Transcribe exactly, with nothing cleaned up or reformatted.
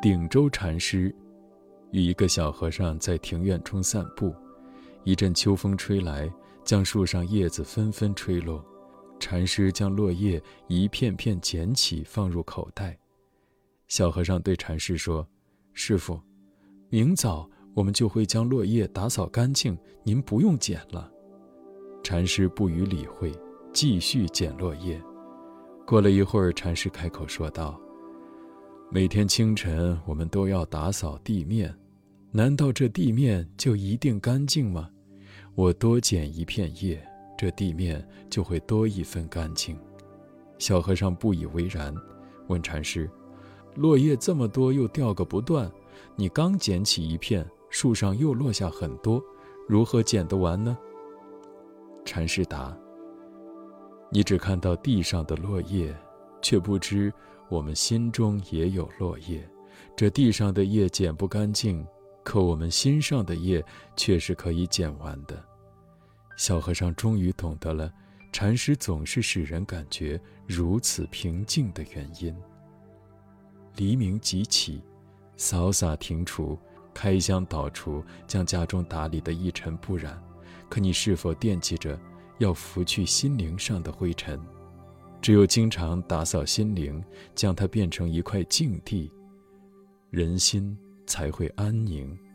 顶洲禅师与一个小和尚在庭院中散步，一阵秋风吹来，将树上叶子纷纷吹落。禅师将落叶一片片捡起放入口袋。小和尚对禅师说：师父，明早我们就会将落叶打扫干净，您不用捡了。禅师不予理会，继续捡落叶。过了一会儿，禅师开口说道：每天清晨我们都要打扫地面，难道这地面就一定干净吗？我多捡一片叶，这地面就会多一分干净。小和尚不以为然，问禅师：落叶这么多又掉个不断，你刚捡起一片，树上又落下很多，如何捡得完呢？禅师答：你只看到地上的落叶，却不知我们心中也有落叶。这地上的叶捡不干净，可我们心上的叶却是可以捡完的。小和尚终于懂得了禅师总是使人感觉如此平静的原因。黎明即起，扫洒庭除，开箱倒除，将家中打理得一尘不染。可你是否惦记着要拂去心灵上的灰尘？只有经常打扫心灵，将它变成一块净地，人心才会安宁